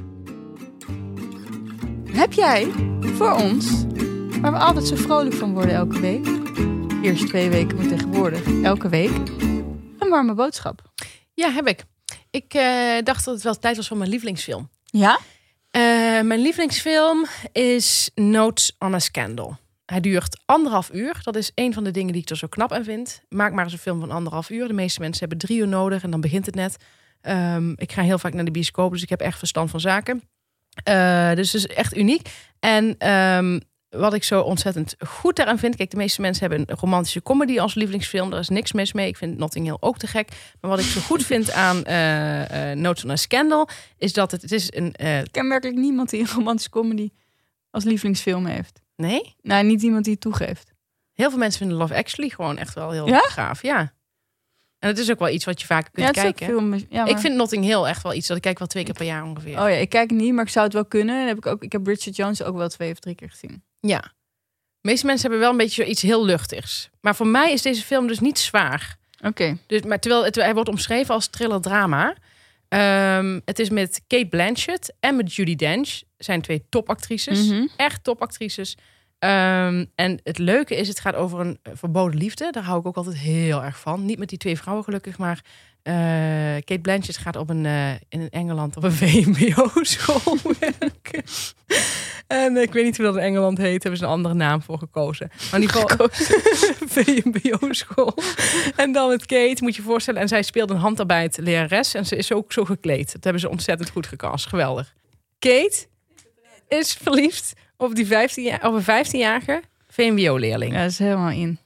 Heb jij voor ons, waar we altijd zo vrolijk van worden elke week, eerst twee weken, maar tegenwoordig elke week, een warme boodschap? Ja, heb ik. Ik uh, dacht dat het wel tijd was voor mijn lievelingsfilm. Ja? Uh, mijn lievelingsfilm is Notes on a Scandal. Hij duurt anderhalf uur. Dat is een van de dingen die ik er zo knap aan vind. Maak maar eens een film van anderhalf uur. De meeste mensen hebben drie uur nodig en dan begint het net. Um, ik ga heel vaak naar de bioscoop, dus ik heb echt verstand van zaken. Uh, dus het is echt uniek. En um, wat ik zo ontzettend goed daaraan vind... Kijk, de meeste mensen hebben een romantische comedy als lievelingsfilm. Daar is niks mis mee. Ik vind Notting Hill ook te gek. Maar wat ik zo goed vind aan uh, uh, Notes on a Scandal... is dat het, het is een... Uh... Ik ken werkelijk niemand die een romantische comedy als lievelingsfilm heeft. Nee? Nou, niet iemand die het toegeeft. Heel veel mensen vinden Love Actually gewoon echt wel heel ja? gaaf. Ja. En het is ook wel iets wat je vaak kunt ja, kijken. Veel, ja, maar... Ik vind Notting Hill echt wel iets dat ik kijk wel twee keer per jaar ongeveer. Oh ja, ik kijk niet, maar ik zou het wel kunnen. Heb ik, ook, ik heb Bridget Jones ook wel twee of drie keer gezien. Ja. De meeste mensen hebben wel een beetje iets heel luchtigs. Maar voor mij is deze film dus niet zwaar. Oké. Okay. Dus, maar terwijl het, hij wordt omschreven als thriller-drama. Um, het is met Cate Blanchett en met Judi Dench. Zijn twee topactrices. Mm-hmm. Echt topactrices. Um, en het leuke is, het gaat over een verboden liefde. Daar hou ik ook altijd heel erg van. Niet met die twee vrouwen gelukkig, maar uh, Cate Blanchett gaat op een, uh, in Engeland op een V M B O-school werken. En uh, ik weet niet hoe dat in Engeland heet. Hebben ze een andere naam voor gekozen. Maar in ieder geval V M B O-school. En dan met Kate, moet je je voorstellen. En zij speelt een handarbeid lerares. En ze is ook zo gekleed. Dat hebben ze ontzettend goed gecast. Geweldig. Kate is verliefd op, die vijftien, op een vijftienjarige V M B O-leerling. Ja, dat is helemaal in.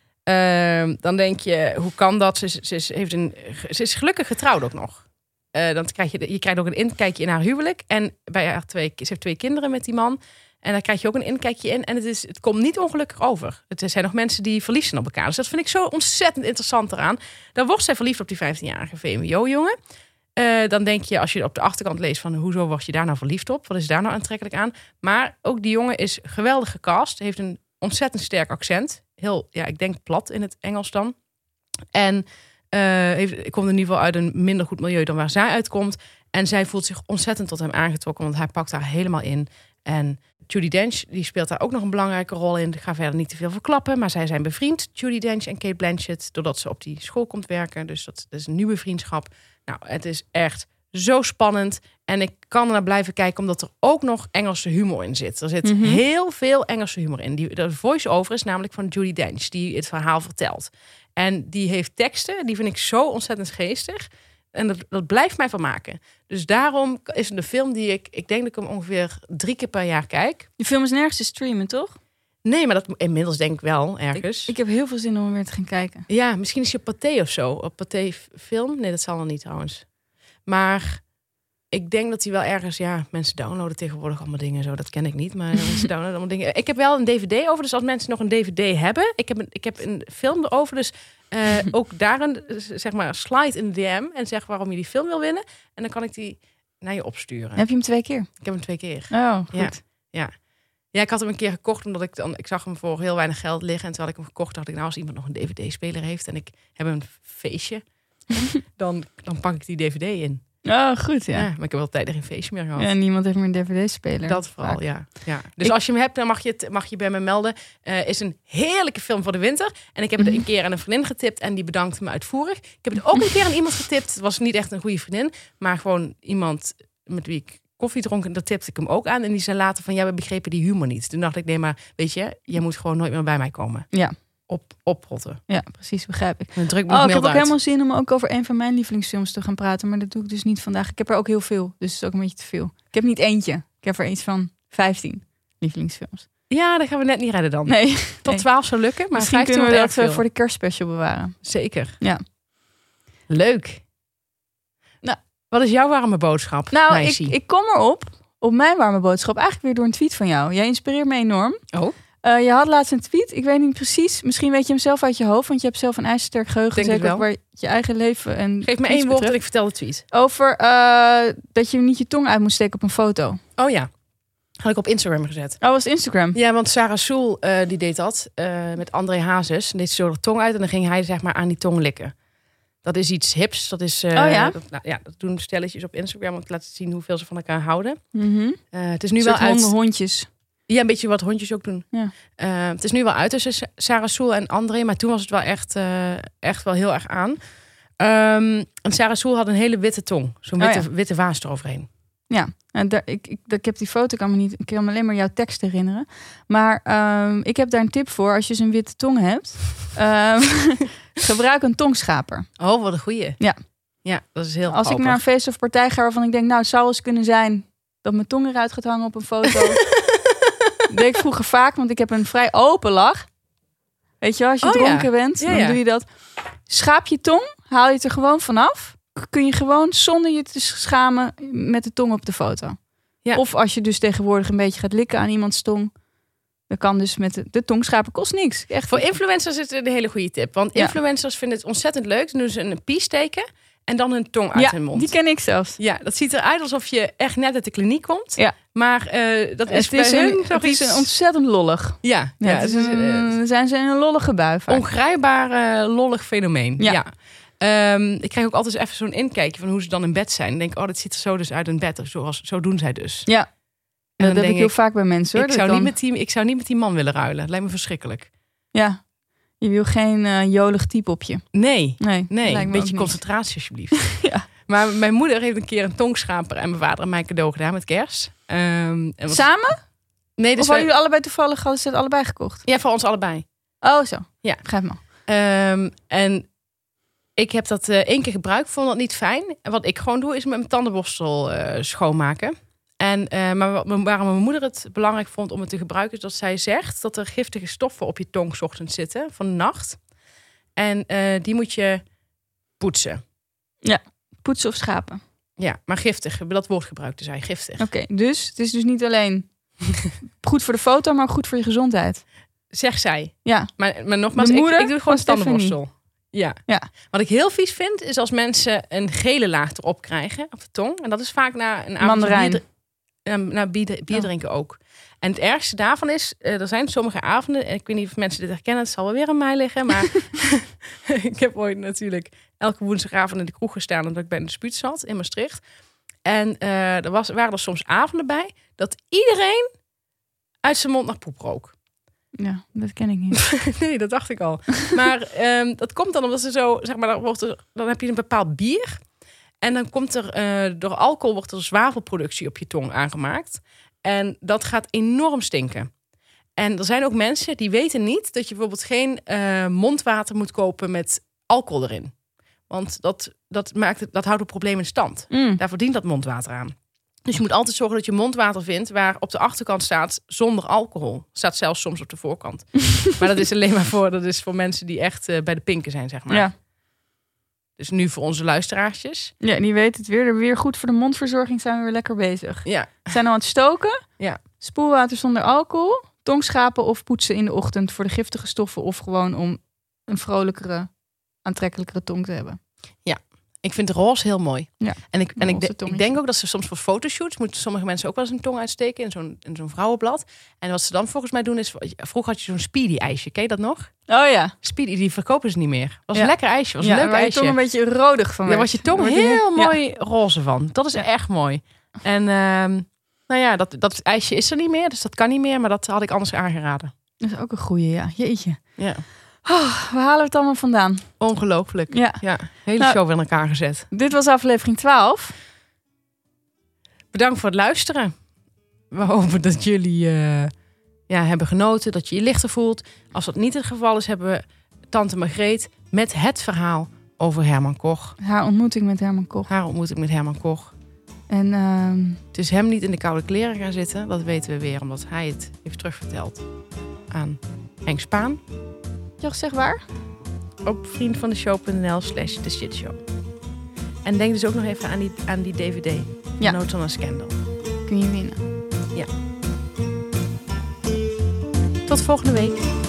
Uh, dan denk je, hoe kan dat? Ze, ze, ze, heeft een, ze is gelukkig getrouwd ook nog. Uh, dan krijg je, je krijgt ook een inkijkje in haar huwelijk. En bij haar twee, ze heeft twee kinderen met die man. En daar krijg je ook een inkijkje in. En het, is, het komt niet ongelukkig over. Het zijn nog mensen die verliefd zijn op elkaar. Dus dat vind ik zo ontzettend interessant eraan. Dan wordt zij verliefd op die vijftienjarige V M B O-jongen. Uh, dan denk je, als je op de achterkant leest van hoezo word je daar nou verliefd op? Wat is daar nou aantrekkelijk aan? Maar ook die jongen is geweldig gecast. Heeft een ontzettend sterk accent. Heel, ja, ik denk plat in het Engels dan. En uh, heeft, komt in ieder geval uit een minder goed milieu dan waar zij uitkomt. En zij voelt zich ontzettend tot hem aangetrokken, want hij pakt haar helemaal in. En Judi Dench, die speelt daar ook nog een belangrijke rol in. Ik ga verder niet te veel verklappen, maar zij zijn bevriend, Judi Dench en Cate Blanchett, doordat ze op die school komt werken. Dus dat, dat is een nieuwe vriendschap. Nou, het is echt Zo spannend. En ik kan er naar blijven kijken omdat er ook nog Engelse humor in zit. Er zit Mm-hmm. heel veel Engelse humor in. Die, de voice-over is namelijk van Judi Dench, die het verhaal vertelt. En die heeft teksten, die vind ik zo ontzettend geestig. En dat, dat blijft mij vermaken. Dus daarom is het een film die ik... Ik denk dat ik hem ongeveer drie keer per jaar kijk. Die film is nergens te streamen, toch? Nee, maar dat inmiddels denk ik wel ergens. Ik, ik heb heel veel zin om hem weer te gaan kijken. Ja, misschien is je op Pathé of zo. Op Pathé film? Nee, dat zal nog niet trouwens. Maar ik denk dat hij wel ergens... Ja, mensen downloaden tegenwoordig allemaal dingen zo. Dat ken ik niet, maar mensen downloaden allemaal dingen. Ik heb wel een D V D over, dus als mensen nog een D V D hebben... Ik heb een, ik heb een film erover, dus uh, ook daar een, zeg maar, slide in de D M... en zeg waarom je die film wil winnen. En dan kan ik die naar je opsturen. Heb je hem twee keer? Ik heb hem twee keer. Oh, goed. Ja, ja. Ja, ik had hem een keer gekocht omdat ik dan... Ik zag hem voor heel weinig geld liggen. En toen had ik hem gekocht, dacht ik, nou, als iemand nog een D V D-speler heeft... en ik heb een feestje, dan, dan pak ik die D V D in. Oh, goed, ja. Ja, maar ik heb wel tijdig geen feestje meer gehad. Ja, niemand heeft meer een D V D-speler. Dat vooral, Vaak. ja. ja. Dus Ik- als je hem hebt, dan mag je, het, mag je bij me melden. Uh, is een heerlijke film voor de winter. En ik heb het een keer aan een vriendin getipt en die bedankte me uitvoerig. Ik heb het ook een keer aan iemand getipt. Het was niet echt een goede vriendin, maar gewoon iemand met wie ik koffie dronk. En dat tipte ik hem ook aan. En die zei later van, ja, we begrepen die humor niet. Toen dacht ik, nee, maar weet je, jij moet gewoon nooit meer bij mij komen. Ja. Op, oprotten. Ja, precies, begrijp ik. En druk me Oh, nog ik heb mail ook uit. helemaal zin om ook over een van mijn lievelingsfilms te gaan praten. Maar dat doe ik dus niet vandaag. Ik heb er ook heel veel, dus het is ook een beetje te veel. Ik heb niet eentje. Ik heb er iets van vijftien lievelingsfilms. Ja, dat gaan we net niet redden dan. Nee, Tot nee. twaalf zou lukken, maar Misschien vijftien kunnen we wordt dat erg uh, veel. voor de kerstspecial bewaren. Zeker. Ja. Leuk. Nou. Wat is jouw warme boodschap, Nou, ik, meisje? ik kom erop, op mijn warme boodschap, eigenlijk weer door een tweet van jou. Jij inspireert me enorm. Oh, Uh, je had laatst een tweet, ik weet niet precies. Misschien weet je hem zelf uit je hoofd, want je hebt zelf een ijzersterk geheugen. Denk het Zeker ook wel. waar je eigen leven en geef me tweets één woord betreft. en ik vertel de tweet. Over uh, dat je niet je tong uit moet steken op een foto. Oh ja, had ik op Instagram gezet. Oh, was het Instagram? Ja, want Sarah Soel, uh, die deed dat uh, met André Hazes. En deed zo de tong uit en dan ging hij zeg maar aan die tong likken. Dat is iets hips. Dat is, uh, Oh ja? Dat, nou, ja, dat doen stelletjes op Instagram om te laten zien hoeveel ze van elkaar houden. Mm-hmm. Uh, het is nu Nu wel uit. honden, hondjes. Ja, een beetje wat hondjes ook doen. Ja. Uh, het is nu wel uit tussen Sarah Soel en André, maar toen was het wel echt, uh, echt wel heel erg aan. Um, en Sarah Soel had een hele witte tong. Zo'n witte, Oh ja. witte waas eroverheen. Ja, en daar, ik, ik, ik heb die foto, kan me niet, ik kan me alleen maar jouw tekst herinneren. Maar um, ik heb daar een tip voor. Als je zo'n witte tong hebt, um, gebruik een tongschaper. Oh, wat een goeie. Ja. Ja, dat is heel Als ik naar een feest of partij ga waarvan ik denk, nou, het zou eens kunnen zijn dat mijn tong eruit gaat hangen op een foto. Dat deed ik vroeger vaak, want ik heb een vrij open lach. Weet je wel, als je Oh, dronken ja. bent, Ja, dan ja. doe je dat. Schaap je tong, haal je het er gewoon vanaf. Kun je gewoon, zonder je te schamen, met de tong op de foto. Ja. Of als je dus tegenwoordig een beetje gaat likken aan iemands tong. Dan kan dus met de, de tongschaper, kost niks. Echt. Voor influencers is het een hele goede tip. Want Ja. influencers vinden het ontzettend leuk. Dan doen ze een pie steken en dan hun tong uit Ja, hun mond. die ken ik zelfs. Ja, dat ziet eruit alsof je echt net uit de kliniek komt. Ja. Maar uh, dat is Het is, bij hun een, toch het is iets... een ontzettend lollig. Ja, Ja, ja, het is het is een, een, dan zijn ze in een lollige bui vaak. ongrijpbaar uh, lollig fenomeen. Ja. Ja. Um, ik krijg ook altijd eens even zo'n inkijkje van hoe ze dan in bed zijn. Dan denk ik, oh, dat ziet er zo dus uit in bed. Of zo, zo doen zij dus. Ja, En dat dan heb ik denk heel vaak bij mensen hoor. Ik Dat zou, dan- niet met die, ik zou niet met die man willen ruilen. Dat lijkt me verschrikkelijk. Ja, je wil geen uh, jolig type op je. Nee, Nee, nee. lijkt Een me beetje ook niet. concentratie alsjeblieft. Ja. Maar mijn moeder heeft een keer een tongschaper en mijn vader en mij cadeau gedaan met kerst. Um, en wat- Samen? Nee, Of dus hadden wij- jullie allebei toevallig hadden ze het allebei gekocht? ja, voor ons allebei. Oh, zo. Ja. Begrijp me. Um, en ik heb dat uh, één keer gebruikt, vond dat niet fijn. En wat ik gewoon doe, is met mijn tandenborstel uh, schoonmaken. En, uh, maar wat, waarom mijn moeder het belangrijk vond om het te gebruiken, is dat zij zegt dat er giftige stoffen op je tong 's ochtends zitten van de nacht. En uh, die moet je poetsen. Poetsen of schapen. Ja, maar giftig. Dat woord gebruikte zij, giftig. Oké, dus het is dus niet alleen goed voor de foto, maar ook goed voor je gezondheid. Zeg zij. Ja. Maar, maar nogmaals, De ik, moeder ik doe gewoon van Stephanie. tandenborstel. Ja. Ja. Wat ik heel vies vind, is als mensen een gele laag erop krijgen op de tong. En dat is vaak na een avond Mandarijn. bier, uh, na bier, bier Oh. drinken ook. En het ergste daarvan is, uh, er zijn sommige avonden, en ik weet niet of mensen dit herkennen, het zal wel weer aan mij liggen, maar ik heb ooit natuurlijk elke woensdagavond in de kroeg gestaan omdat ik bij een dispuut zat in Maastricht. En uh, er was, waren er soms avonden bij dat iedereen uit zijn mond naar poep rook. Ja, dat ken ik niet. Nee, dat dacht ik al. Maar um, dat komt dan omdat ze zo, zeg maar, dan, wordt er, dan heb je een bepaald bier. En dan komt er uh, door alcohol wordt er zwavelproductie op je tong aangemaakt. En dat gaat enorm stinken. En er zijn ook mensen die weten niet dat je bijvoorbeeld geen uh, mondwater moet kopen met alcohol erin. Want dat, dat, maakt het, dat houdt het probleem in stand. Mm. Daar verdient dat mondwater aan. Dus je moet altijd zorgen dat je mondwater vindt waar op de achterkant staat zonder alcohol. Staat zelfs soms op de voorkant. Maar dat is alleen maar voor, dat is voor mensen die echt uh, bij de pinken zijn, zeg maar. Ja. Dus nu voor onze luisteraarsjes. Ja, die weten het weer. Weer goed voor de mondverzorging zijn we weer lekker bezig. Ja. We zijn al aan het stoken. Ja. Spoelwater zonder alcohol. Tongschapen of poetsen in de ochtend voor de giftige stoffen. Of gewoon om een vrolijkere, aantrekkelijkere tong te hebben. Ja. Ik vind roze heel mooi. Ja, en ik, en ik, de, ik denk ook dat ze soms voor fotoshoots moeten sommige mensen ook wel eens een tong uitsteken in zo'n, in zo'n vrouwenblad. En wat ze dan volgens mij doen is, vroeger had je zo'n Speedy ijsje. Ken je dat nog? Oh ja. Speedy, die verkopen ze niet meer. Was ja. een lekker ijsje, was ja, een leuk waar ijsje. je tong een beetje rodig van. Daar was je tong heel je... mooi ja. roze van. Dat is ja. echt mooi. En uh, nou ja, dat, dat ijsje is er niet meer, dus dat kan niet meer. Maar dat had ik anders aangeraden. Dat is ook een goeie, ja. Jeetje. Ja. Oh, waar halen we het allemaal vandaan? Ongelooflijk. Ja. ja. Hele nou, show weer in elkaar gezet. Dit was aflevering twaalf. Bedankt voor het luisteren. We hopen dat jullie uh, ja, hebben genoten, dat je je lichter voelt. Als dat niet het geval is, hebben we tante Margreet met het verhaal over Herman Koch. Haar ontmoeting met Herman Koch. Haar ontmoeting met Herman Koch. En uh... het is hem niet in de koude kleren gaan zitten. Dat weten we weer, omdat hij het heeft terugverteld aan Henk Spaan. Joch, zeg waar? Op vriendvandeshow.nl slash The Shit Show. En denk dus ook nog even aan die, aan die D V D. Ja. Notes on a Scandal. Kun je winnen. Ja. Tot volgende week.